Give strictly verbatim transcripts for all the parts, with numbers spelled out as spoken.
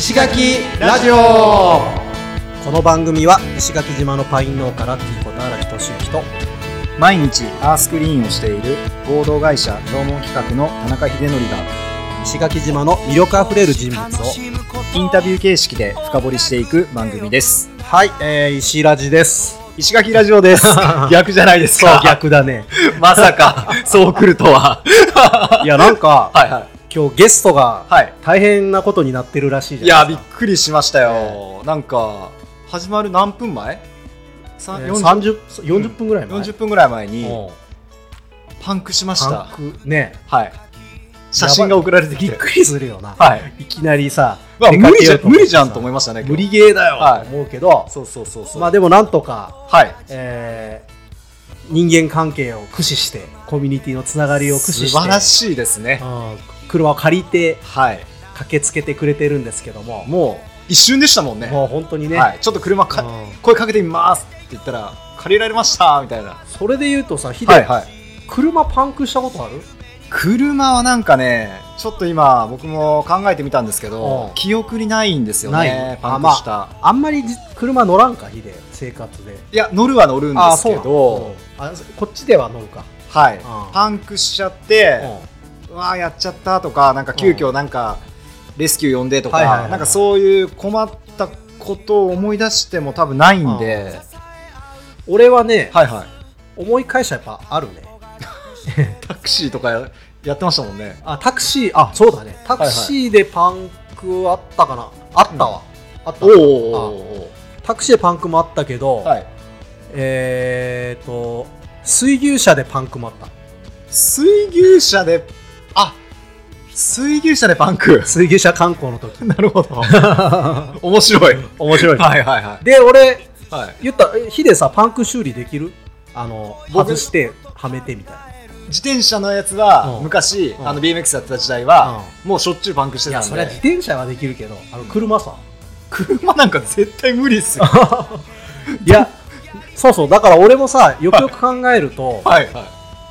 石垣ラジオ。この番組は石垣島のパイン農家ラッキーこと荒木俊之と毎日アースクリーンをしている合同会社縄文企画の田中秀則が石垣島の魅力あふれる人物をインタビュー形式で深掘りしていく番組です。 はい、えー、石ラジです。 石垣ラジオです逆じゃないですか。 そう、逆だねまさかそう来るとはいや、なんかはいはい、今日ゲストが大変なことになってるらしいじゃないですか。 いや、びっくりしましたよ、えー、なんか始まる何分前、 えー、さんじゅう、よんじゅっぷんぐらい前、 よんじゅっぷんぐらい前にパンクしました。 パンクね、 はい、写真が送られてきてびっくりするよな、 はい、 いきなりさ、 まあ、無理じゃ無理じゃんと思いましたね。 無理ゲーだよ、はい、と思うけど、 そうそうそうそう、 まあでもなんとか、 はい、 えー、人間関係を駆使してコミュニティのつながりを駆使して素晴らしいですね、 うん、車を借りて、 はい、 駆けつけてくれてるんですけども、 もう一瞬でしたもんね。 もう本当にね、 はい、ちょっと車か、うん、声かけてみますって言ったら借りられましたみたいな。 それで言うとさ、ヒデ、はいはい、車パンクしたことある？ 車はなんかね、ちょっと今僕も考えてみたんですけど、うん、記憶にないんですよね。パンクした、 あ、まあ、あんまり車乗らんか、ヒデ、生活で。 いや、乗るは乗るんですけど、 あ、あ、こっちでは乗るか。 はい、 うん、 パンクしちゃって、うん、うわーやっちゃったとか、なんか急遽なんかレスキュー呼んでとか、はいはいはいはい、なんかそういう困ったことを思い出しても多分ないんで、 うん、俺はね、 はいはい、 思い返しはやっぱあるねタクシーとか や, やってましたもんね。 あ、タクシー、あ、そうだね、タクシーでパンクあったかな、あったわ、うん、あったわ。おーおーおー、タクシーでパンクもあったけど、はい、えーと水牛車でパンクもあった。 水牛車で、あ、水牛車でパンク。 水牛車観光の時なるほど面白い面白いはいはいはい。 で、俺、 はい、 言ったら、ヒデさ、パンク修理できる？あの外してはめてみたいな。 自転車のやつは、うん、昔、うん、あの ビーエムエックス やってた時代は、うん、もうしょっちゅうパンクしてたんで。いや、それは自転車はできるけど、あの車さ、 車なんか絶対無理っすよいや、そうそう、だから俺もさ、よくよく考えると、はいはいはい、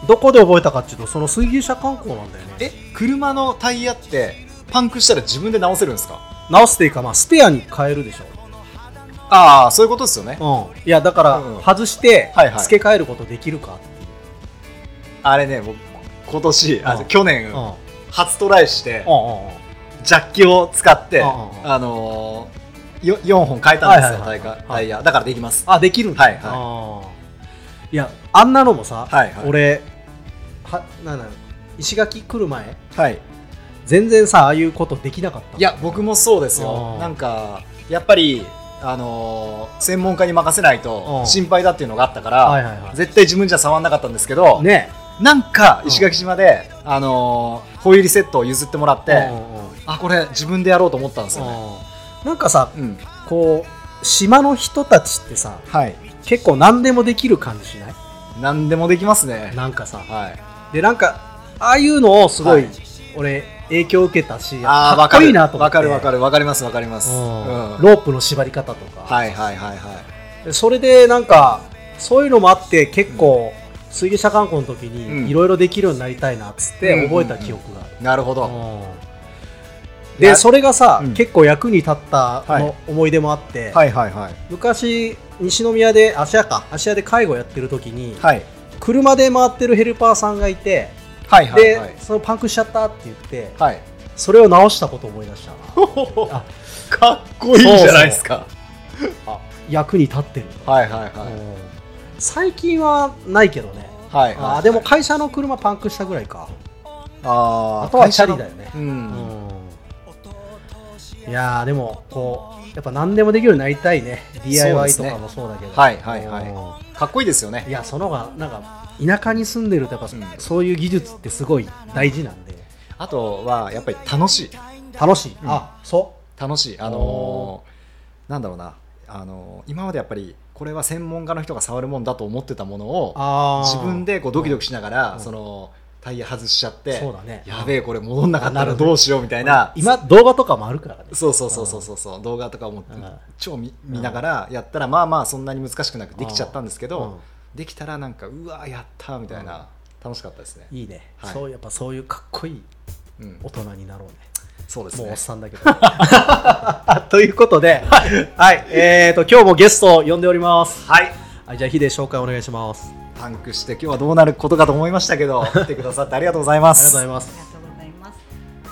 どこで覚えたかっていうと、その水牛車観光なんだよね。 え、車のタイヤってパンクしたら自分で直せるんですか？ 直すっていうか、まあ、スペアに変えるでしょ。 ああ、そういうことですよね。 うん、いや、だから、うん、外して付け替えることできるかっていう、はいはい、 あれね、僕今年、あ、去年、うん、初トライして、うん、ジャッキを使って、うん、あのー、よよんほん変えたんですよ、タイヤ、タイヤ。だからできます。 あ、できるんだ。 はいはい。 いや、あんなのもさ、 はいはい、 俺は、なんだろう、石垣来る前、 はい、 全然さ、ああいうことできなかった。 いや、僕もそうですよ。なんかやっぱりあのー、専門家に任せないと心配だっていうのがあったから、はいはいはい、絶対自分じゃ触んなかったんですけど、 ね、 なんか石垣島で、あのー、ホイールセットを譲ってもらって、うんうん、あ、これ自分でやろうと思ったんですよね。 なんかさ、うん、こう島の人たちってさ、 はい、結構何でもできる感じしない？ 何でもできますね。 なんかさ、 はい、 で、なんかああいうのをすごい、はい、俺影響を受けたし、 あ、 かっこいいなと思って。 わかるわかるわかりますわかります、 うんうん、ロープの縛り方とか、 はいはいはいはい、 それでなんかそういうのもあって結構、うん、水牛車観光の時にいろいろできるようになりたいなっつって覚えた記憶がある、 うんうんうん、なるほど、うん、 でそれがさ、うん、結構役に立ったの思い出もあって、 はいはいはいはい、 昔西宮で芦屋か芦屋で介護やってる時に、 はい、車で回ってるヘルパーさんがいて、 はいはいはい、 でそのパンクしちゃったって言って、 はい、 それを直したことを思い出したあ、かっこいいじゃないですか。 そうそう、あ、役に立ってる。 はいはいはい、 最近はないけどね、 はいはいはい、 あ、でも会社の車パンクしたぐらいか。 あ、 あとはチャリだよね、 うんうん、 いやー、でもこうやっぱ何でもできるようになりたいね。 ディーアイワイ とかもそうだけど、 はいはいはい、かっこいいですよね。 いや、その方がなんか田舎に住んでるとやっぱ、うん、そういう技術ってすごい大事なんで、 あとはやっぱり楽しい楽しい、うん、あ、そう楽しい、あのー、なんだろうな、あのー、今までやっぱりこれは専門家の人が触るもんだと思ってたものを自分でこうドキドキしながら、うん、そのタイヤ外しちゃって、 そうだね、 やべえこれ戻んなかったらどうしようみたいな、 今動画とかもあるからね。 そうそうそうそうそう、動画とかも超 見, 見ながらやったら、まあまあそんなに難しくなくできちゃったんですけど、できたらなんかうわやったみたいな、楽しかったですね。 いいね、はい、そうやっぱそういうかっこいい大人になろうね、 そうですね、 もうおっさんだけどということで、はい、えーと今日もゲストを呼んでおります。 はい、 はい、じゃあヒデ紹介お願いします。 パンクして今日はどうなることかと思いましたけど来てくださってありがとうございます。 ありがとうございます。 ありがとうございます。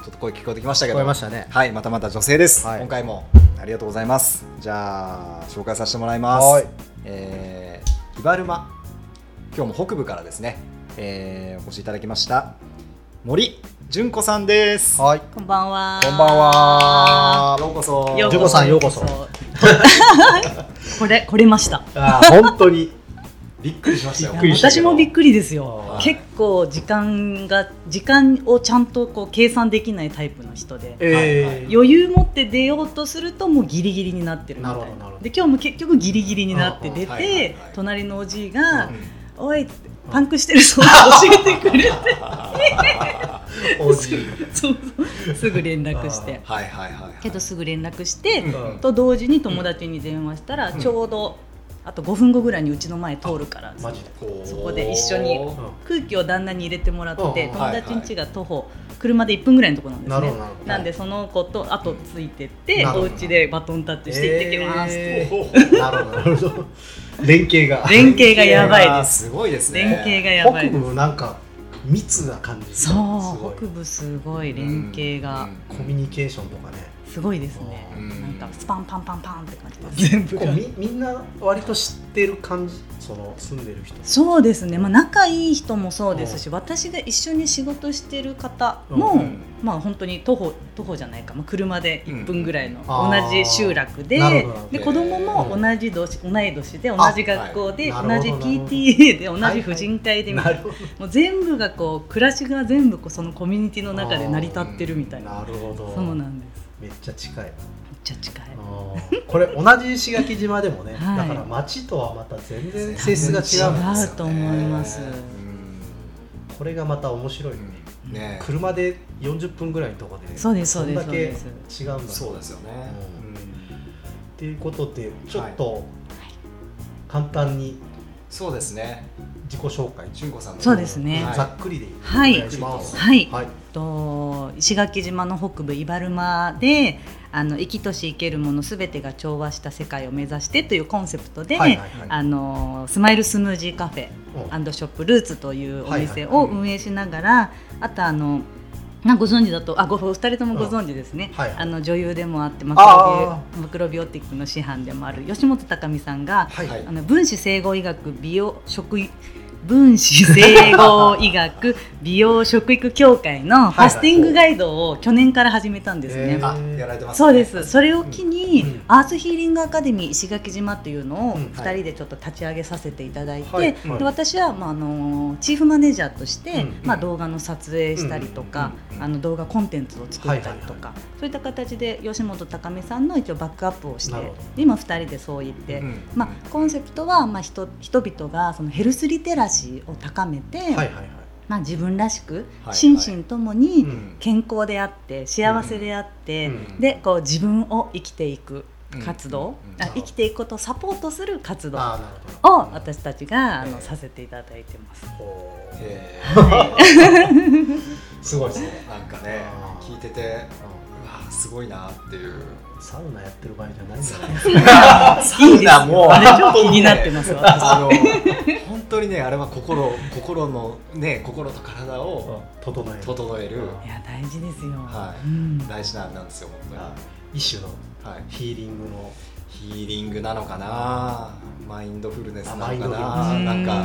ちょっと声聞こえてきましたけど、 聞こえましたね。 はい、またまた女性です、はい、今回もありがとうございます。じゃあ紹介させてもらいます。はい、えー、イバルマ、今日も北部からですね、えー、お越しいただきました森純子さんです。 はい、こんばんは。 こんばんは。 ようこそ。 純子さんようこそ。 これこれました。 あ、本当にびっくりしましたよ。 私もびっくりですよ。結構時間が時間をちゃんとこう計算できないタイプの人で、えー、余裕持って出ようとするともうギリギリになってるみたいな。で今日も結局ギリギリになって出て、隣のおじいが、うん、おいってパンクしてるそう教えてくれておじいそうそうすぐ連絡して、はいはいはいはい、けどすぐ連絡して、うん、と同時に友達に電話したら、うん、ちょうどあとごふんごぐらいにうちの前通るから、マジでそこで一緒に空気を旦那に入れてもらって、うん、友達ん家が徒歩車でいっぷんぐらいのところなんですね。 な, なんでその子と後ついてって、お家でバトンタッチして行ってきます、えー、なるほどなるほど連携が連携がやばいです。 すごいですね。 連携がやばいです。 北部なんか密な感じ。 そう北部すごい連携が、 うん、コミュニケーションとかねすごいですね。なんかスパンパンパンパンって感じです。全部が み, みんな割と知ってる感じ、その住んでる人。 そうですね、まあ、仲いい人もそうですし、私が一緒に仕事してる方も、うん、まあ本当に徒歩徒歩じゃないか、まあ、車でいっぷんぐらいの同じ集落で、うん、で子供も同じ年、同い年で同じ学校で、はい、同じ ピーティーエー で同じ婦人会でみたいな、はいはい、もう全部がこう暮らしが全部こうそのコミュニティの中で成り立ってるみたいな。 なるほど。 そうなんです。 めっちゃ近い。めっちゃ近い。 これ同じ石垣島でもね、はい、だから町とはまた全然性質が違うんですよね。 違うと思います。 これがまって面白いね。うんね、車でよんじゅっぷんぐらいのところで、 そうですそうです。 そんだけ違うんだ。 そうですよね。 うん、っていうことでちょっと簡単に、 そうですね。 自己紹介、 純子さんのそうですね。 ざっくりでいい。 はい。 お願いします。 はい。はい、と石垣島の北部伊原間で、あの生きとし生けるものすべてが調和した世界を目指してというコンセプトで、はいはいはい、あのスマイルスムージーカフェ&ショップルーツというお店を運営しながら、はいはいはい、あとあのなご存知だと、あ、ごふたりともご存知ですね、はいはい、あの女優でもあってマクロビ、マクロビオティックの師範でもある吉本隆美さんが、はいはい、あの分子整合医学美容食分子整合医学美容食育協会のファスティングガイドを去年から始めたんですね。 あ、やられてますね。 そうです。それを機に、うん、アースヒーリングアカデミー石垣島っていうのをふたりでちょっと立ち上げさせていただいて、うん、はい、で私は、まあ、あのチーフマネージャーとして、うん、まあ、動画の撮影したりとか、うん、あの動画コンテンツを作ったりとか、はいはいはい、そういった形で吉本隆美さんの一応バックアップをして、今ふたりでそう言って、うん、まあ、コンセプトは、まあ、人, 人々がそのヘルスリテラシーを高めて、はいはいはい、まあ、自分らしく心身ともに健康であって幸せであって、うん、でこう自分を生きていく活動、うん、あ生きていくことをサポートする活動を私たちがあのさせていただいてます。 へーすごいですね。なんかね、聞いてて、うわすごいなっていう。 サウナやってる場合じゃないんじゃないですか。 サウナもあれ超気になってます。あの本当にね、あれは心心のね、心と体を整える。 整える。 いや大事ですよ。 はい。うん、大事なんですよ本当に。 一種のヒーリングのヒーリングなのかな、マインドフルネスなのかな、なんか、うん、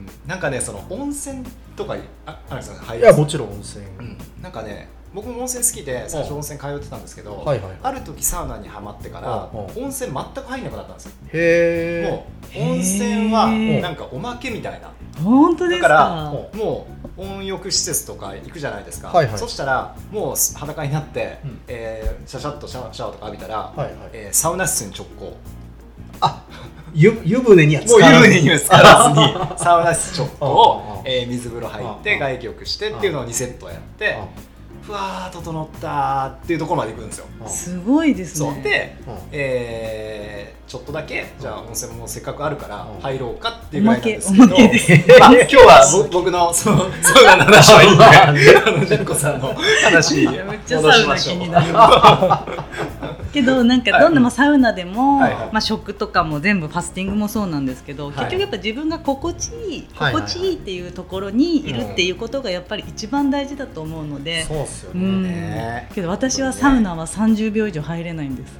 なんかね、その温泉とかああるんですか。 いやもちろん温泉。 うん、なんかね。僕も温泉好きで最初温泉通ってたんですけど、はいはいはい、ある時サウナにはまってから温泉全く入んなくなったんですよ。へー。もう温泉はなんかおまけみたいな。 本当ですか。 だからもう温浴施設とか行くじゃないですか、はいはい、そしたらもう裸になって、うん、えー、シャシャッとシャワーとか浴びたら、はいはい、えー、サウナ室に直行。 あ、湯, 湯船には使わずにもう湯船には使わずにサウナ室直行を、えー、水風呂入って外気浴してっていうのをにセットやって、 ふわー整ったっていうところまで行くんですよ。 すごいですね。 そうで、えー、ちょっとだけじゃあ温泉もせっかくあるから入ろうかっていうぐらいなんですけど、まあ、今日は僕のそのサウナの話はいいんで、あのジェンコさんの話に戻しましょう。めっちゃサウナ気になるけどなんかどんな、まあ、サウナでも、はいはい、まあ、食とかも全部ファスティングもそうなんですけど、はい、結局やっぱ自分が心地いい、はい、心地いいっていうところにいるっていうことがやっぱり一番大事だと思うので、 そうっすよね、 うん、けど私はサウナはさんじゅうびょう以上入れないんです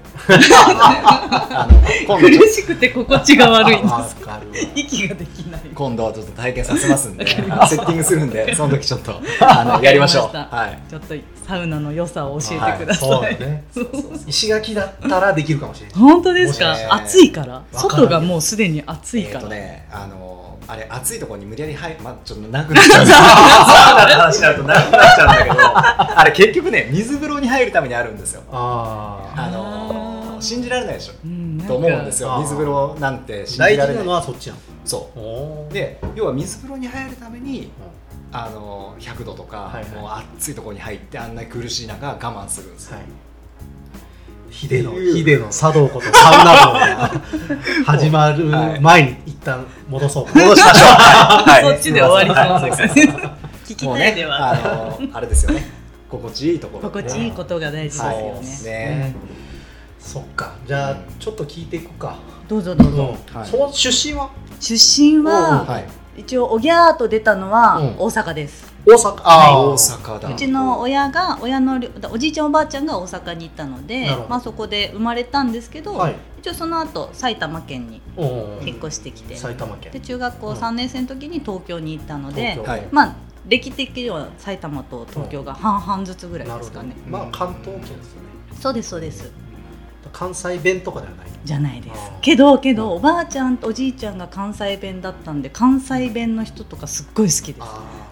苦しくて心地が悪いんです息ができない。 今度はちょっと体験させますんでセッティングするんでその時ちょっとあのやりましょう。 はい、ちょっとサウナの良さを教えてください。はい、そうね、 石垣だったらできるかもしれない。 本当ですか？暑いから外がもうすでに暑いから、えーとね、 あのー、あれ暑いところに無理やり入る、まあ、ちょっと長くなっちゃうんですサウナの話になると長くなっちゃうんだけどあれ結局ね水風呂に入るためにあるんですよ。あ、あのー、信じられないでしょ、うん、と思うんですよ。水風呂なんて信じられない。 大事なのはそっちなの。 そうで、要は水風呂に入るためにあのひゃくどとか、はいはい、もう暑いところに入ってあんなに苦しい中我慢するんですよ。はい、 ヒデのヒデの茶道ことサウナ道が始まる前に一旦戻そうか。 戻しましょう。はい、 そっちで終わりそうです。聞きたいでは、 ね、あのあれですよね。心地いいところ、 心地いいことが大事ですよね。はいね、 うん、そっか。じゃあ、うん、ちょっと聞いていくか。 どうぞどうぞ。 うん、はい、そ出身は？ 出身は、はい、一応おぎゃーと出たのは大阪です。 大阪、 あ、はい、大阪だ。 うちの親が親のおじいちゃんおばあちゃんが大阪に行ったので、まあそこで生まれたんですけど、はい、一応その後埼玉県に引っ越してきて、 埼玉県で中学校さんねん生の時に東京に行ったので、はい、まあ歴的には埼玉と東京が半々ずつぐらいですかね。 まあ関東圏ですよね。 そうですそうです。 関西弁とかではないじゃないです。けどけどおばあちゃんとおじいちゃんが関西弁だったんで関西弁の人とかすっごい好きです。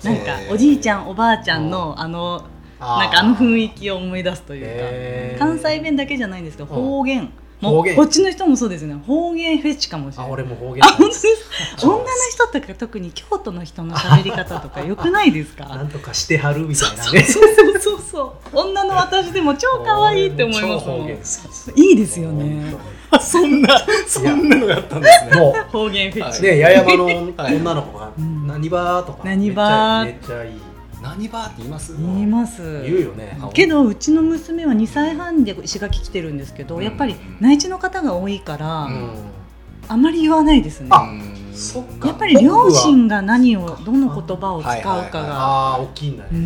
なんかおじいちゃんおばあちゃんのあのなんかあの雰囲気を思い出すというか、関西弁だけじゃないんですけど方言。もうこっちの人もそうですね。方言フェチかもしれない。 あ、俺も方言。 あ、本当ですか。女の人とか特に京都の人の喋り方とか良くないですか。 なんとかしてはるみたいなね。 そうそうそうそう。女の私でも超可愛いって思いますもん。いいですよね。 そんなそんなのがあったんですね。もう方言フェチ。 ね、八重山の女の子が何バーとか何バーめっちゃいい。 何バーって言います？ 言います。 言うよね。 けどうちの娘はにさいはんで石垣来てるんですけど、うん、やっぱり内地の方が多いから、うん、あまり言わないですね。 あ、そっか。 やっぱり両親が何をどの言葉を使うかが、はいはいはい、 あ大きいんだね。うん、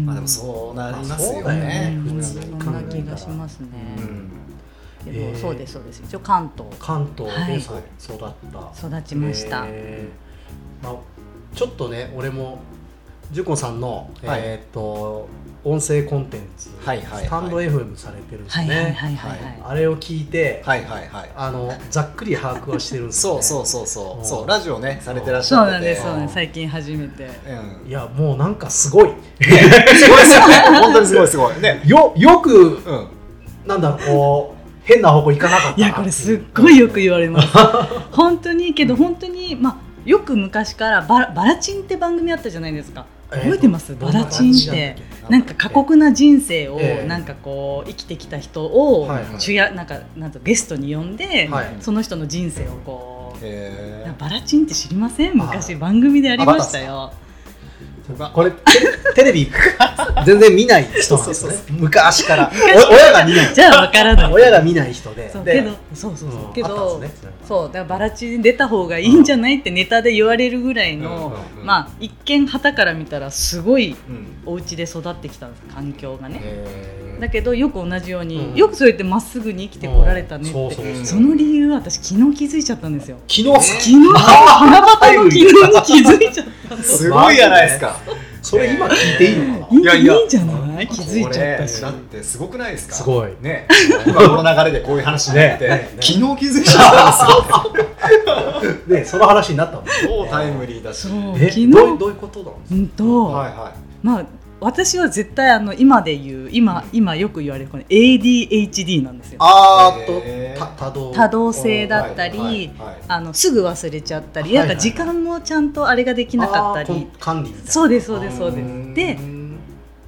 まあでもそうなりますよね。 普通そんな気がしますね。うん、けど、えー、そうですそうです。一応関東関東で育った、 はい、育ちました。 えーまあ、ちょっとね俺もジュコさんの、はい、えー、と音声コンテンツ、はいはいはい、スタンド エフエム されてるんですね。あれを聞いて、はいはいはい、あのざっくり把握はしてるんですね。 そうそうそうそうそう、ラジオねされてらっしゃってて、そうなんですそうなんです、 最近初めて、 うん、いやもうなんかすごい、ね、 すごいですよね本当にすごいすごい、ね、 よ, よく、うん、なんだろうこう変な方向行かなかった。 いやこれすっごいよく言われます本当にけど本当にまあよく昔からバラ、バラチンって番組あったじゃないですか。覚えてます？バラチンってなんか過酷な人生をなんかこう生きてきた人を主役なんかなんとゲストに呼んで、はい、その人の人生をこうバラチンって知りません？昔番組でありましたよ。 これテレビ全然見ない人なんですね。昔から親が見ない。 じゃあわからない。 親が見ない人で。 そうけどそうそうそう、うん、けど、ね、そうだからバラチン出た方がいいんじゃない、うん、ってネタで言われるぐらいの、うん、まあ一見旗から見たらすごいお家で育ってきた環境がね。だけどよく同じように、うん、よくそうやってまっすぐに生きてこられたねって、うん、そうそうそう、その理由は私昨日気づいちゃったんですよ。 昨日昨日七夕の昨日に気づいちゃったんです。 すごいじゃないですか。 それ今聞いていいのかな。 いやいやいいんじゃない、気づいちゃったし。 だってすごくないですか。 すごいね。今この流れでこういう話になって、ねね、昨日気づいちゃったんですよね。その話になったんですよ。超タイムリーだし。 え昨日どういうことなんですか。 うんと、はいはい、まあ私は絶対あの今で言う 今, 今よく言われるこの エーディーエイチディー なんですよ。 あーと多動多動性だったり、はいはいはい、あのすぐ忘れちゃったり、はいはいはい、なんか時間もちゃんとあれができなかったり、 管理みたいな。 そうですそうですそうです。で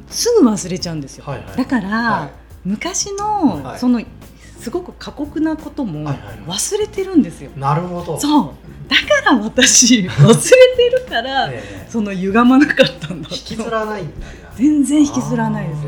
すぐ忘れちゃうんですよ、はいはい、だから、はい、昔の、はい、そのすごく過酷なことも忘れてるんですよ、 はいはいはい、なるほど。 そうだから私忘れてるから、えー、その歪まなかったんだ。 引きずらないんだよ。 全然引きずらないです。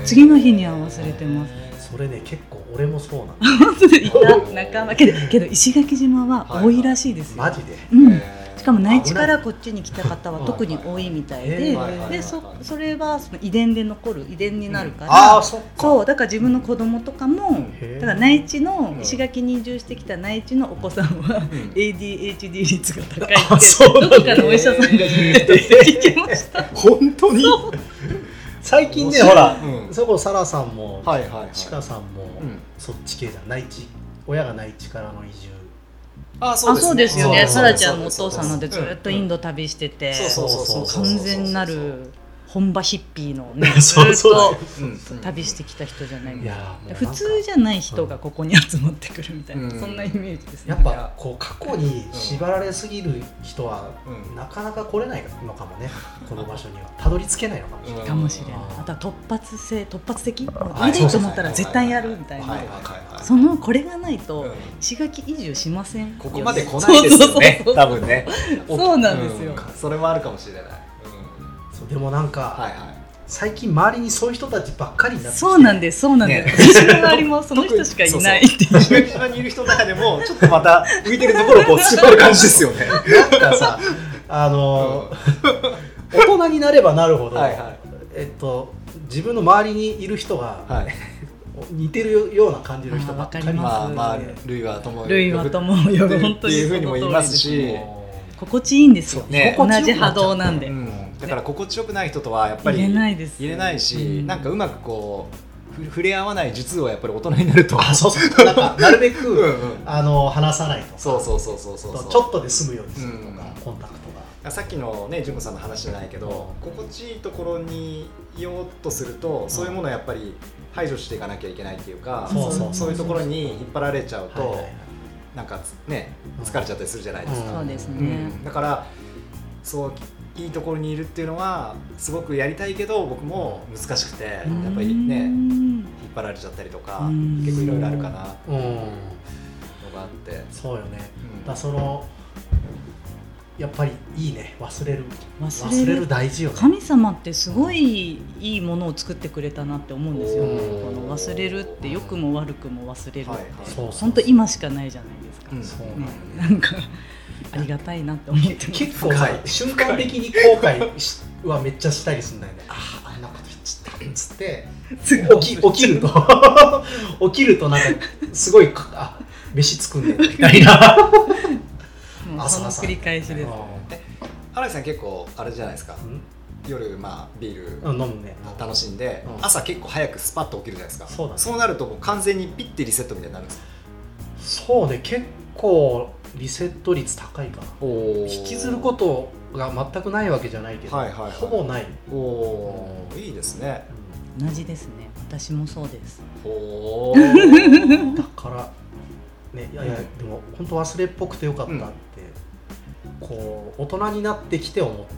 次の日には忘れてます。 それね結構俺もそうなんだ。 いた仲間けどけど石垣島は多いらしいですよ。 はいはい、マジで。 うん。しかも内地からこっちに来た方は特に多いみたいで、でそそれはその遺伝で残る遺伝になるから、うん、あそっかそうだから自分の子供とかも、だから内地の石垣に移住してきた内地のお子さんは エーディーエイチディー 率が高いってどこかのお医者さんが言ってて聞きました。 本当に？最近ねほら、うん、そこサラさんも、はいはいはい、チカさんも、うん、そっち系じゃん、内地親が内地からの移住。 あ、そうですね。そうですよね。サラちゃんのお父さんのでずっとインド旅してて、完全なる本場ヒッピーのねずっと旅してきた人じゃないですか。普通じゃない人がここに集まってくるみたいな、そんなイメージですね。 やっぱこう過去に縛られすぎる人はなかなか来れないのかもね。この場所にはたどり着けないのかもしれない。 かもしれない。あとは突発性突発的、やりたいと思ったら絶対やるみたいな。そのこれがないと石垣移住しません。 ここまで来ないですよね。多分ね。 そうなんですよ。 それもあるかもしれない。 でもなんか、はいはい、最近周りにそういう人たちばっかりになってきて、 そうなんですそうなんです、ね、私の周りもその人しかいないっていう石垣島にいる人の中でもちょっとまた浮いてるところをこう突っ張る感じですよね。 なんかさあの、うん、大人になればなるほど、はいはい、えっと、自分の周りにいる人が、はい、似てるような感じの人ばっかり。 まあまあ類は友を類は友を呼ぶ本当にっていうふうにも言いますし、 心地いいんですよね。同じ波動なんで、うん、 だから心地よくない人とはやっぱり入れないです。 入れないし、うん、なんかうまくこう触れ合わない術をやっぱり大人になると、 あ、そうそうなんかなるべくうん、うん、あの話さないとか、 そうそうそうそうそうちょっとで済むようにするとか、うん、コンタクトが。 さっきのね純子さんの話じゃないけど、うん、心地いいところにいようとすると、うん、そういうものをやっぱり排除していかなきゃいけないっていうか、うん、そうそうそういうところに引っ張られちゃうと、はいはいはい、なんかね疲れちゃったりするじゃないですか。 そうですね、 うん、だからそういいところにいるっていうのはすごくやりたいけど僕も難しくて、やっぱりね引っ張られちゃったりとか結構いろいろあるかなっていうのがあって、 そうよね、うん、だそのやっぱりいいね、忘れる忘れる、忘れる大事よね。神様ってすごいいいものを作ってくれたなって思うんですよね。この忘れるって良くも悪くも忘れるって本当今しかないじゃないですか、うん、ね、なんかありがたいなって思ってます。 結構さ瞬間的に後悔はめっちゃしたりするんだよね。ああ、あんなこと言っちゃったっつって起き、起きると起きるとなんかすごいあ飯作んねんみたいなもうその繰り返しです。 荒井さん結構あれじゃないですか、夜まあビール飲むね楽しんで、うん、朝結構早くスパッと起きるじゃないですか。 そうだね、 そうなるともう完全にピッてリセットみたいになるんですか。 そうね、結構リセット率高いかな。引きずることが全くないわけじゃないけど、はいはいはい、ほぼない。 おー、いいですね、 うん、同じですね。私もそうです。 おーだからね、いやいや、でも本当忘れっぽくてよかったって、うん、こう大人になってきて思った。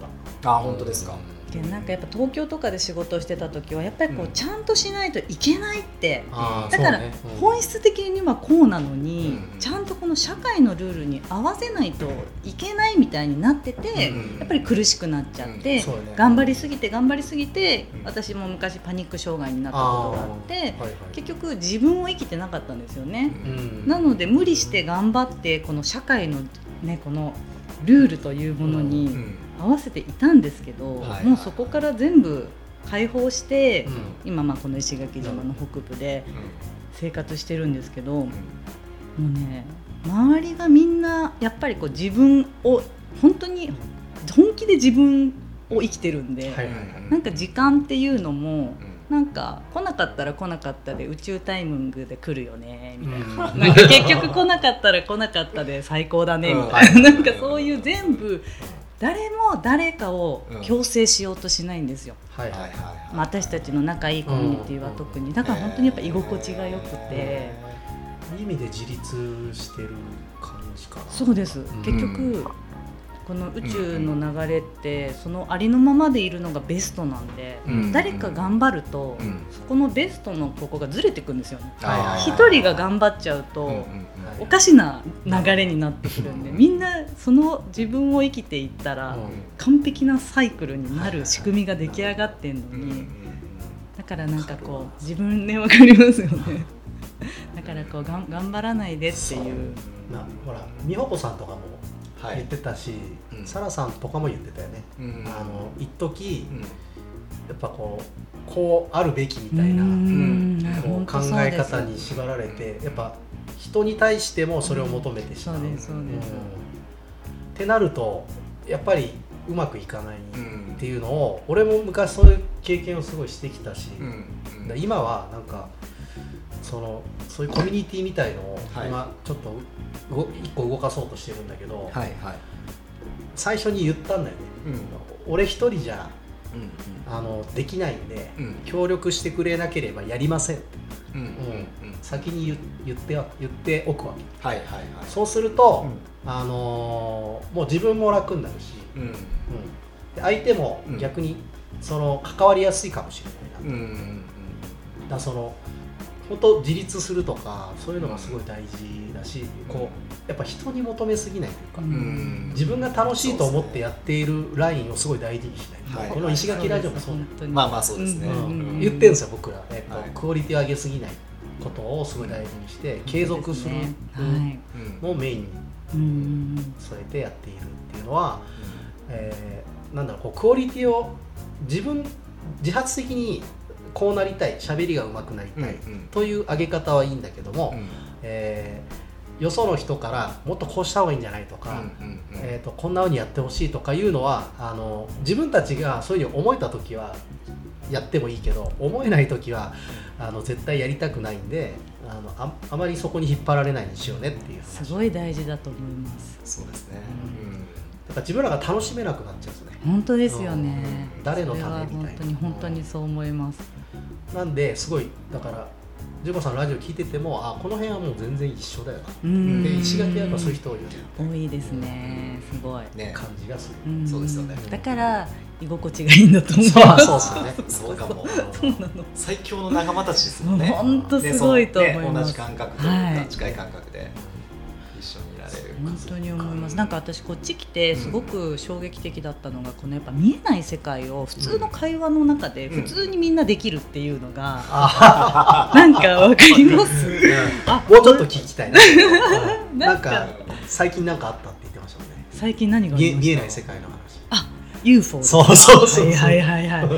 あ、本当ですか。 でなんかやっぱ東京とかで仕事をしてた時はやっぱりこう、うん、ちゃんとしないといけないって、うん、だから、ね、うん、本質的にはこうなのに、うん、ちゃんとこの社会のルールに合わせないといけないみたいになってて、うん、やっぱり苦しくなっちゃって、うんね、頑張りすぎて頑張りすぎて、うん、私も昔パニック障害になったことがあって、はいはい、結局自分を生きてなかったんですよね、うん、なので無理して頑張ってこの社会のねこのルールというものに、うんうん合わせていたんですけど、はいはい、もうそこから全部解放して、うん、今まあこの石垣島の北部で生活してるんですけど、うん、もうね周りがみんなやっぱりこう自分を本当に本気で自分を生きてるんで、はいはいはい、なんか時間っていうのもなんか来なかったら来なかったで宇宙タイミングで来るよねみたいな、うん、なんか結局来なかったら来なかったで最高だねみたいな、うん、なんかそういう全部誰も誰かを強制しようとしないんですよ、うんはいはいはいはい、私たちの仲いいコミュニティは特にだから本当にやっぱ居心地が良くて、 いい意味で自立してる感じかな。 そうです、うん、結局この宇宙の流れって、うん、そのありのままでいるのがベストなんで、うん、誰か頑張ると、うん、そこのベストのここがずれてくんですよね。一人が頑張っちゃうと、うんうん、おかしな流れになってくるんで、みんなその自分を生きていったら、うん、完璧なサイクルになる仕組みが出来上がってんのに、だからなんかこう自分で分かりますよね。だからこうがん頑張らないでっていう。 なほら美穂子さんとかも言ってたし、はい、サラさんとかも言ってたよね。うん、あの一時、うん、やっぱこうこうあるべきみたいな、うん、こう考え方に縛られて、やっぱ人に対してもそれを求めてしまう。うん、そうですそうです。うん、ってなるとやっぱりうまくいかないっていうのを、俺も昔そういう経験をすごいしてきたし、うんうん、今はなんかそのそういうコミュニティみたいのを今ちょっと一個動かそうとしてるんだけど、はいはい、最初に言ったんだよね、うん、俺一人じゃ、うんうん、あのできないんで、うん、協力してくれなければやりませんって、うんうんうん、先に 言, 言, って言っておくわけ、はいはいはい、そうすると、うん、あのー、もう自分も楽になるし、うんうん、で相手も逆にその関わりやすいかもしれないなと、うんうんうん、だからその本当自立するとかそういうのがすごい大事だし、うん、こうやっぱ人に求めすぎないというか、うん、自分が楽しいと思ってやっているラインをすごい大事にしない、はい、この石垣ラジオもそうだよ、 まあまあそうですね、 うん、言ってるんですよ僕ら、えっとはい、クオリティを上げすぎないことをすごい大事にして、うん、継続するのをメインに添えてやっているっていうのは、うんえー、なんだろう、こうクオリティを自分自発的にこうなりたい、喋りが上手くなりたい、うんうん、という上げ方はいいんだけども、うんえー、よその人からもっとこうした方がいいんじゃないとか、うんうんうんえー、とこんな風にやってほしいとかいうのはあの自分たちがそういうふうに思えた時はやってもいいけど、思えない時はあの絶対やりたくないんで、あの あ, あまりそこに引っ張られないようにしようねっていう話。 すごい大事だと思います。 そうですね、 うん、だから自分らが楽しめなくなっちゃうんですね。 本当ですよね、 うん、誰のためみたいな。 本当に本当にそう思います。 なんですごいだからジュコさんのラジオ聞いてても、あこの辺はもう全然一緒だよな、うんで石垣はやっぱそういう人多いよね。 多いですね、すごい、 ね、感じがする、 うん、そうですよね。 だから居心地がいいんだと思う。 そうそうですね。 そうかも。そうなの。最強の仲間たちですもんね。 本当すごいと思います。 ね、同じ感覚というか、はい、近い感覚で一緒にいられる。 本当に思います。なんか私こっち来てすごく衝撃的だったのが、このやっぱ見えない世界を普通の会話の中で普通にみんなできるっていうのが、うん、なんかわかります。 あ、もうちょっと聞きたいな。なんか最近なんかあったって言ってましたもんね。 最近何がありました？ 見えない世界の話。 あ、ユーフォー。 そうそうそう。 はいはいはいはい。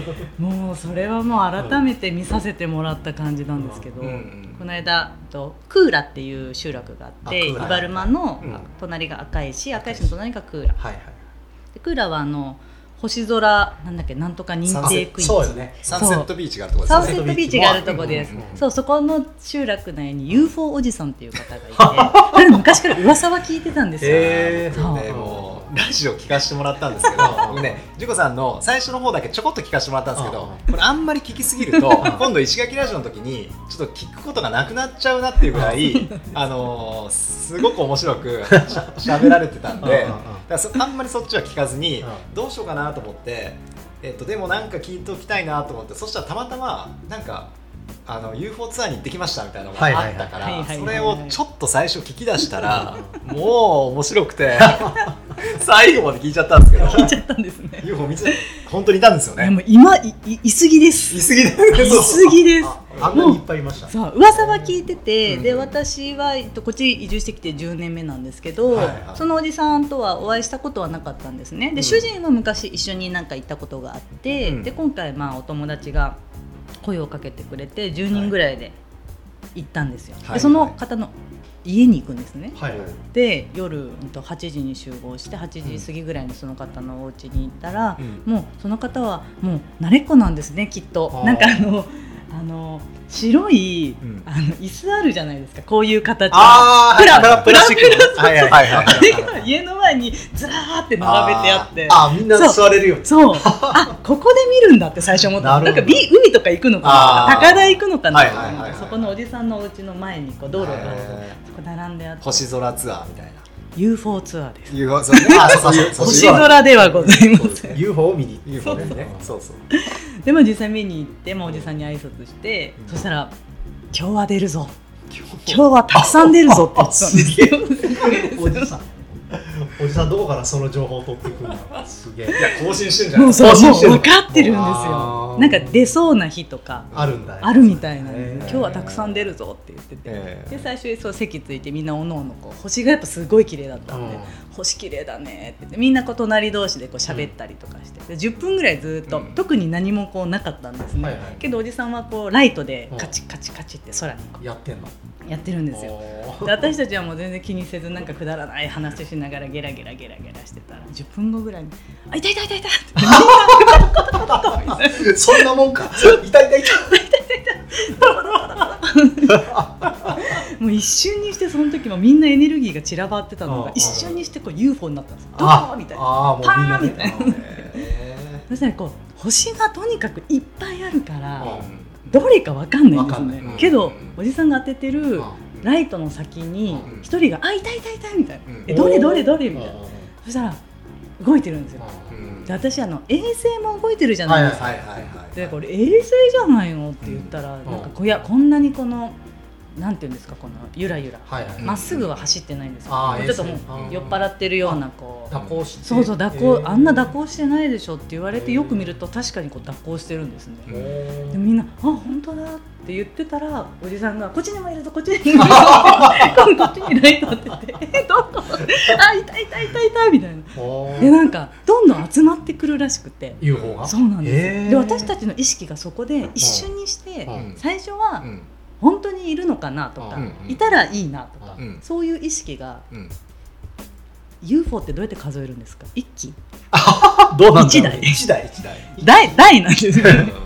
もうそれはもう改めて見させてもらった感じなんですけど、うんうん、この間とクーラっていう集落があって、イバルマの隣が赤石、赤石の隣がクーラ。はいはい。でクーラはあの星空なんだっけ、なんとか認定区域。 そうよね。 サンセットビーチがあるところです。 サンセットビーチがあるところです。そう、そこの集落内に ユーフォー おじさんっていう方がいて、昔から噂は聞いてたんですよ。 へー。ね、もうラジオ聞かせてもらったんですけど、僕ね、ジュコさんの最初の方だけちょこっと聞かせてもらったんですけど、これあんまり聞きすぎると、今度石垣ラジオの時にちょっと聞くことがなくなっちゃうなっていうぐらい、あのー、すごく面白く喋られてたんで、だからあんまりそっちは聞かずに、どうしようかなと思って、えっと、でもなんか聞いておきたいなと思って、そしたらたまたまなんかあの ユーフォー ツアーに行ってきましたみたいなのがあったから、それをちょっと最初聞き出したらもう面白くて最後まで聞いちゃったんですけど。 聞いちゃったんですね。 ユーフォー 見て本当にいたんですよね。 でも今 い, い, いすぎですいすぎですいすぎです。 あんなにいっぱいいました。 そう、噂は聞いてて、うん、で私はこっち移住してきてじゅうねんめなんですけど、はいはい、そのおじさんとはお会いしたことはなかったんですね。で、うん、主人は昔一緒になんか行ったことがあって、うん、で今回まあお友達が声をかけてくれてじゅうにんぐらいで行ったんですよ、はい、でその方の家に行くんですね、はいはい、で夜はちじに集合してはちじ過ぎぐらいにその方のお家に行ったら、うん、もうその方はもう慣れっこなんですね、きっと。なんかあのあの白い、うん、あの椅子あるじゃないですか、こういう形のプラプラスチックの、はいはいはいはい、あれが家の前にずらーって並べてあって、 ああみんな座れるように。 そう、あここで見るんだって最初思った。なんか海とか行くのかな、高台行くのかな、はいはいはいはい、そこのおじさんのお家の前にこう道路があって、そこ並んであって、 星空ツアーみたいな。 ユーフォー ツアーです。 ユーフォー ツアーね。あ、そうそうそう。 星空ではございません。 ユーフォー を見に行って。 ユーフォー ね。そうそう。 でも実際見に行ってもおじさんに挨拶して、うん、そしたら今日は出るぞ。今日はたくさん出るぞって言ってたんですよ。 おじさん。おじさんどこからその情報を取ってくるの？すげえ。いや更新してんじゃない？ もうそうそう分かってるんですよ。なんか出そうな日とかあるんだ。 あるみたいなんで、今日はたくさん出るぞって言ってて、で最初にそう席ついてみんなおのおのこう星がやっぱすごい綺麗だったんで、星綺麗だねって言ってみんなこう隣同士でこう喋ったりとかして、でじゅっぷんぐらいずっと特に何もこうなかったんですね。けどおじさんはこうライトでカチカチカチって空にこうやってんの。 やってるんですよ。で私たちはもう全然気にせずなんかくだらない話しながらゲラゲラゲラゲラしてたらじゅっぷんごぐらいに「あいたいたいたいた」ってそんなもんか。いたいたいたもう一瞬にしてその時もみんなエネルギーが散らばってたのが一瞬にしてこう ユーフォー になったんですよ。ドーみたいな、パーンみたいな。そしたらこう星がとにかくいっぱいあるからどれかわかんないんですね、うん、けどおじさんが当ててるライトの先に一人が「あ、いたいたいた」みたいな「え、どれどれどれ」みたいな。そしたら動いてるんですよ。で私あの衛星も動いてるじゃないですか。でこれ衛星じゃないのって言ったら、なんかこやこんなにこのなんていうんですか、このゆらゆらまっすぐは走ってないんですよ。ちょっともう酔っ払ってるようなこう蛇行して、 そうそう蛇行、あんな蛇行してないでしょって言われてよく見ると確かにこう蛇行してるんですね。でみんなあ本当だって言ってたらおじさんがこっちにもいるぞこっちにもいるぞってこっちにライト当ててえどこあいたいたいたいたみたいな。でなんかどんどん集まってくるらしくてユーフォー がそうなんです。で私たちの意識がそこで一瞬にして最初は本当にいるのかなとか、うんうん、いたらいいなとか、うん、そういう意識が、うん、ユーフォー ってどうやって数えるんですか？いっきどうなんだろう。いちだいいちだいいちだい大大なんですよ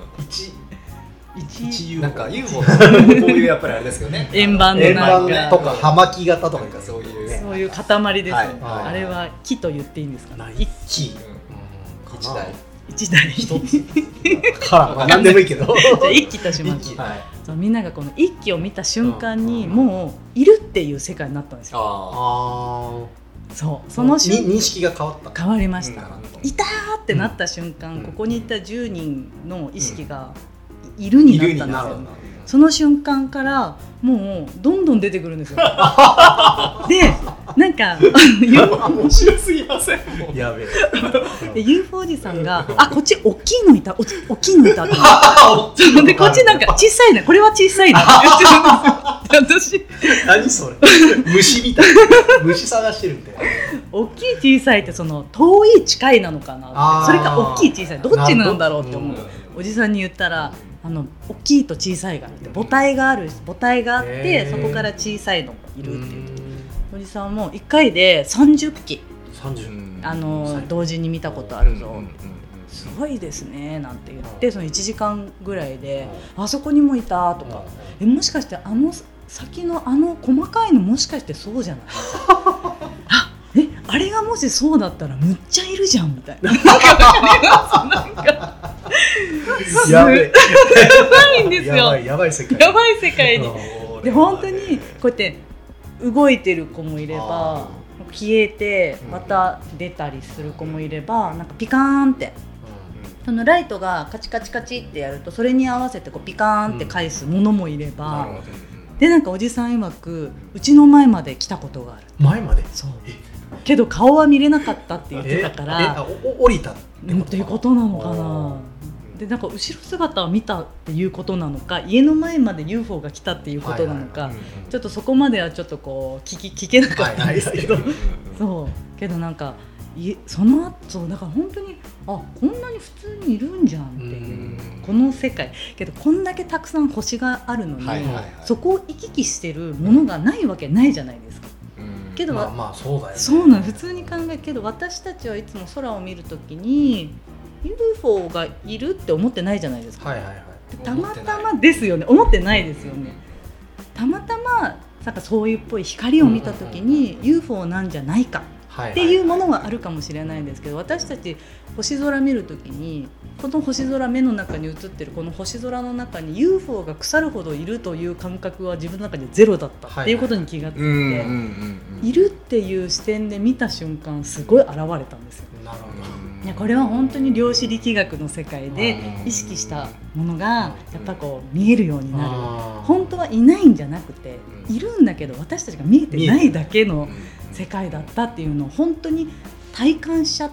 いちなんか ユーフォー ってこういうやっぱりあれですよね。 円盤のなんかとか葉巻型とかそういうね、 そういう塊ですよ、はいはいはい、あれは木と言っていいんですかね。 いっきいちだいいちだいひとつからまあ何でもいいけどじゃあいっきとします。そうみんながこの一気を見た瞬間にもういるっていう世界になったんですよ。あそうその瞬認識が変わった変わりました、うん、いたーってなった瞬間、うん、ここにいたじゅうにんの意識がいるになったんですよ、うん、その瞬間からもうどんどん出てくるんですよでなんか面白すぎませんやべえユーフォー おじさんがあこっち大きいのいた大きいのいたってでこっちなんか小さいなこれは小さいなって言ってるんですよ私何それ虫みたい虫探してるみたいな。 大きい小さいってその遠い近いなのかなってそれか大きい小さいどっちなんだろうって思う、うん、おじさんに言ったらあの大きいと小さいがあって母体がある母体があってそこから小さいのがいるっていうおじさんもいっかいでさんじゅっきあの同時に見たことあるぞすごいですねなんて言ってそのいちじかんぐらいであそこにもいたとかえもしかしてあの先のあの細かいのもしかしてそうじゃないあえあれがもしそうだったらむっちゃいるじゃんみたいななんかやばいやばいんですよ。 やばいやばい世界やばい世界にで本当にこうやって動いてる子もいれば消えてまた出たりする子もいればなんかピカーンってそのライトがカチカチカチってやるとそれに合わせてこうピカーンって返すものもいれば、うん、でなんかおじさん曰くうちの前まで来たことがある。 前までそうけど顔は見れなかったって言ってたからええお降りたってことっていうことなのかな。でなんか後ろ姿を見たっていうことなのか家の前まで ユーフォー が来たっていうことなのか、はいはいはい、ちょっとそこまではちょっとこう聞き聞けなかったんですけど、はいはいはい、そうけどなんかいその後だから本当にあこんなに普通にいるんじゃんっていうこの世界けどこんだけたくさん星があるのに、はいはいはい、そこを行き来してるものがないわけないじゃないですか。けど、 まあまあそうだよね。 そうなの普通に考えるけど私たちはいつも空を見るときに ユーフォー がいるって思ってないじゃないですか、 はいはいはい、 たまたまですよね思ってないですよね。たまたまなんかそういうっぽい光を見たときに ユーフォー なんじゃないかっていうものがあるかもしれないんですけど、私たち星空見るときにこの星空目の中に映ってるこの星空の中に ユーフォー が腐るほどいるという感覚は自分の中でゼロだったっていうことに気がついて、いるっていう視点で見た瞬間すごい現れたんですよ。 なるほど。 いやこれは本当に量子力学の世界で意識したものがやっぱこう見えるようになる。本当はいないんじゃなくているんだけど私たちが見えてないだけの世界だったっていうのを本当に体感しちゃって、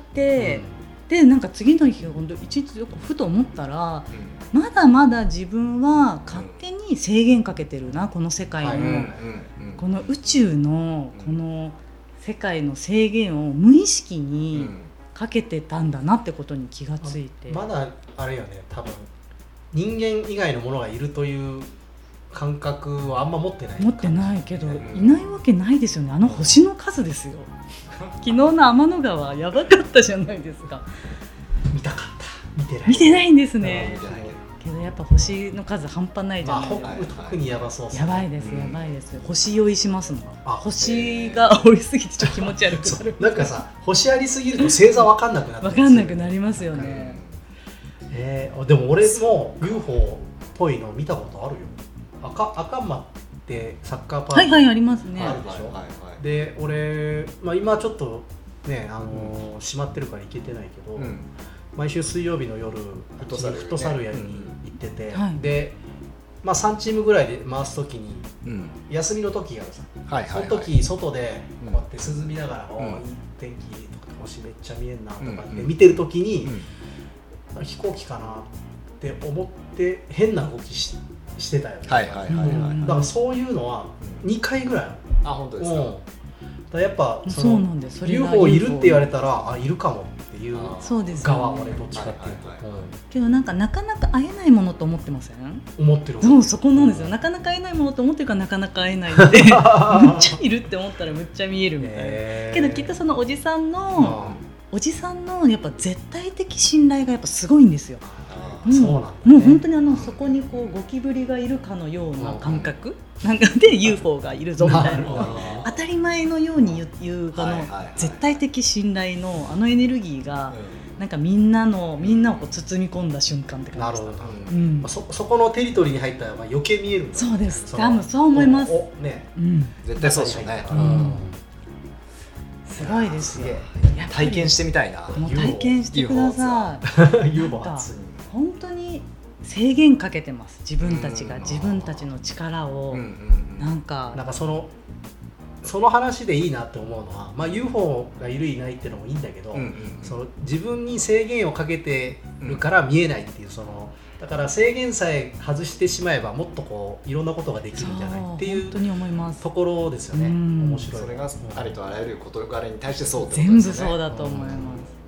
うん、でなんか次の日本当一日ふと思ったら、うん、まだまだ自分は勝手に制限かけてるな、この世界の、うん、この宇宙のこの世界の制限を無意識にかけてたんだなってことに気がついて、 まだあれよね、多分人間以外のものがいるという感覚はあんま持ってない持ってないけど、いないわけないですよね。あの星の数ですよ昨日の天の川やばかったじゃないですか。 見たかった。見てない見てないんですね。けどやっぱ星の数半端ないじゃないですか。 特にやばそうですね。 やばいです、やばいです。星酔いしますもん。星が多いすぎてちょっと気持ち悪くなるなんかさ、星ありすぎると星座分かんなくなって分かんなくなりますよね。 えー、でも俺も ユーフォー っぽいの見たことあるよ。赤, 赤間ってサッカーパークはいはいありますね。 あるでしょ、はいはい、で俺、まあ、今ちょっとねあのーうん、閉まってるから行けてないけど、うん、毎週水曜日の夜フットサル、ね、フットサルやに行ってて、うん、で、まあ、さんチームぐらいで回すときに、うん、休みの時があるさ、はいはいはい、その時外でこうやって涼みながら、うん、おいい天気とか星めっちゃ見えんなとかって見てる時に、うん、飛行機かなって思って変な動きしてしてたよね。はいはいはいはい。だからそういうのはにかいぐらい。 あ、本当ですか。うん、だからやっぱその ユーフォー いるって言われたらあいるかもっていう側俺どっちかっていうと。 けどなんかなかなか会えないものと思ってません？ 思ってる。 そう、そこなんですよ。なかなか会えないものと思ってるからなかなか会えないのでむっちゃいるって思ったらむっちゃ見えるみたいな。けどきっとそのおじさんのおじさんのやっぱ絶対的信頼がやっぱすごいんですよ。うん、そうなんだね、もう本当にあのそこにこうゴキブリがいるかのような感覚、うん、なんかで ユーフォー がいるぞみたいな当たり前のように言うこの絶対的信頼のあのエネルギーがなんかみんなのみんなをこう包み込んだ瞬間って感じでした。なるほど、うん、 そ, そこのテリトリーに入ったら余計見えるんだ、ね、 そうです。多分そう思います。 ね、 うん、絶対そうでしょうね。うん、 すごいですよ。 体験してみたいな。 もう体験してください。 ユーフォー初に本当に制限かけてます。自分たちが自分たちの力をなんかなんかそのその話でいいなって思うのは、まあ、ユーフォー がいるいないっていうのもいいんだけど、うんうんうん、その自分に制限をかけてるから見えないっていう、そのだから制限さえ外してしまえばもっとこういろんなことができるんじゃないっていう本当に思いますところですよね。面白い。 それがありとあらゆる事柄に対してそうってことですね。 全部そうだと思います。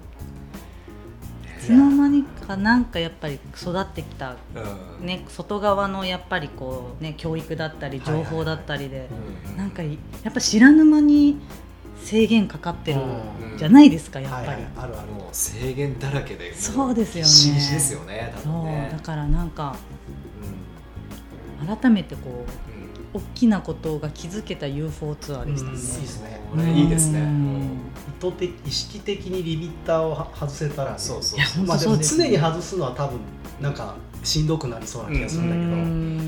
いつの間にかなんかやっぱり育ってきた、うんね、外側のやっぱりこう、ね、教育だったり情報だったりでなんかやっぱ知らぬ間に制限かかってるじゃないですか、やっぱり、はいはい、 あるある。もう制限だらけでそうですよね。 必死ですよね、多分ね。 そうだからなんか、うん、改めてこう、うん、大きなことが気づけた ユーフォー ツアーでしたね。うん、いいですね。これいいですね。 意図的意識的にリミッターを外せたら、ね、 そうそうそう、 まあ、でも常に外すのは多分なんかしんどくなりそうな気がするんだけど、うん、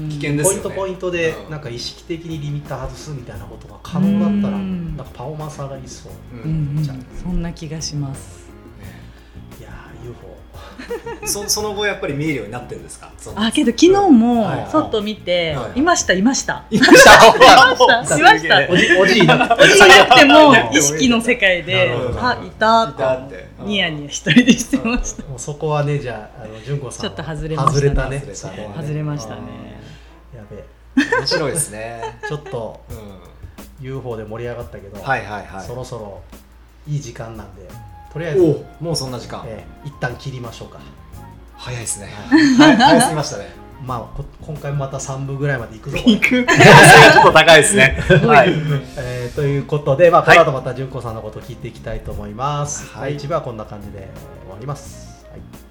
危険ですよね。 ポイントポイントでなんか意識的にリミッター外すみたいなことが可能だったら、なんかパフォーマンス上がりそう、 うんうん、そんな気がします。 いやー ユーフォーそ, その後やっぱり見えるようになってるんですか？ あ、けど昨日も外見て、はいはい、いましたいましたいましたいましたおじおじいなくても意識の世界であいたってニヤニヤ一人でしてました。 もうそこはね、じゃあ、あの純子さんちょっと外れましたね。 外れたね。 外れましたね。 やべえ。面白いですね。 ちょっと、うん、ユーフォー で盛り上がったけど、 はいはいはい、 そろそろいい時間なんで、とりあえずもうそんな時間、 えー、一旦切りましょうか。 早いですね。はい、早すぎましたね。 まあ、今回もまたさん部ぐらいまでいくぞ。 いく。可能性がちょっと高いですね。はい。 えー、ということで、まあ、この後また純子さんのことを聞いていきたいと思います。はい。はい、いち部はこんな感じで終わります。はい。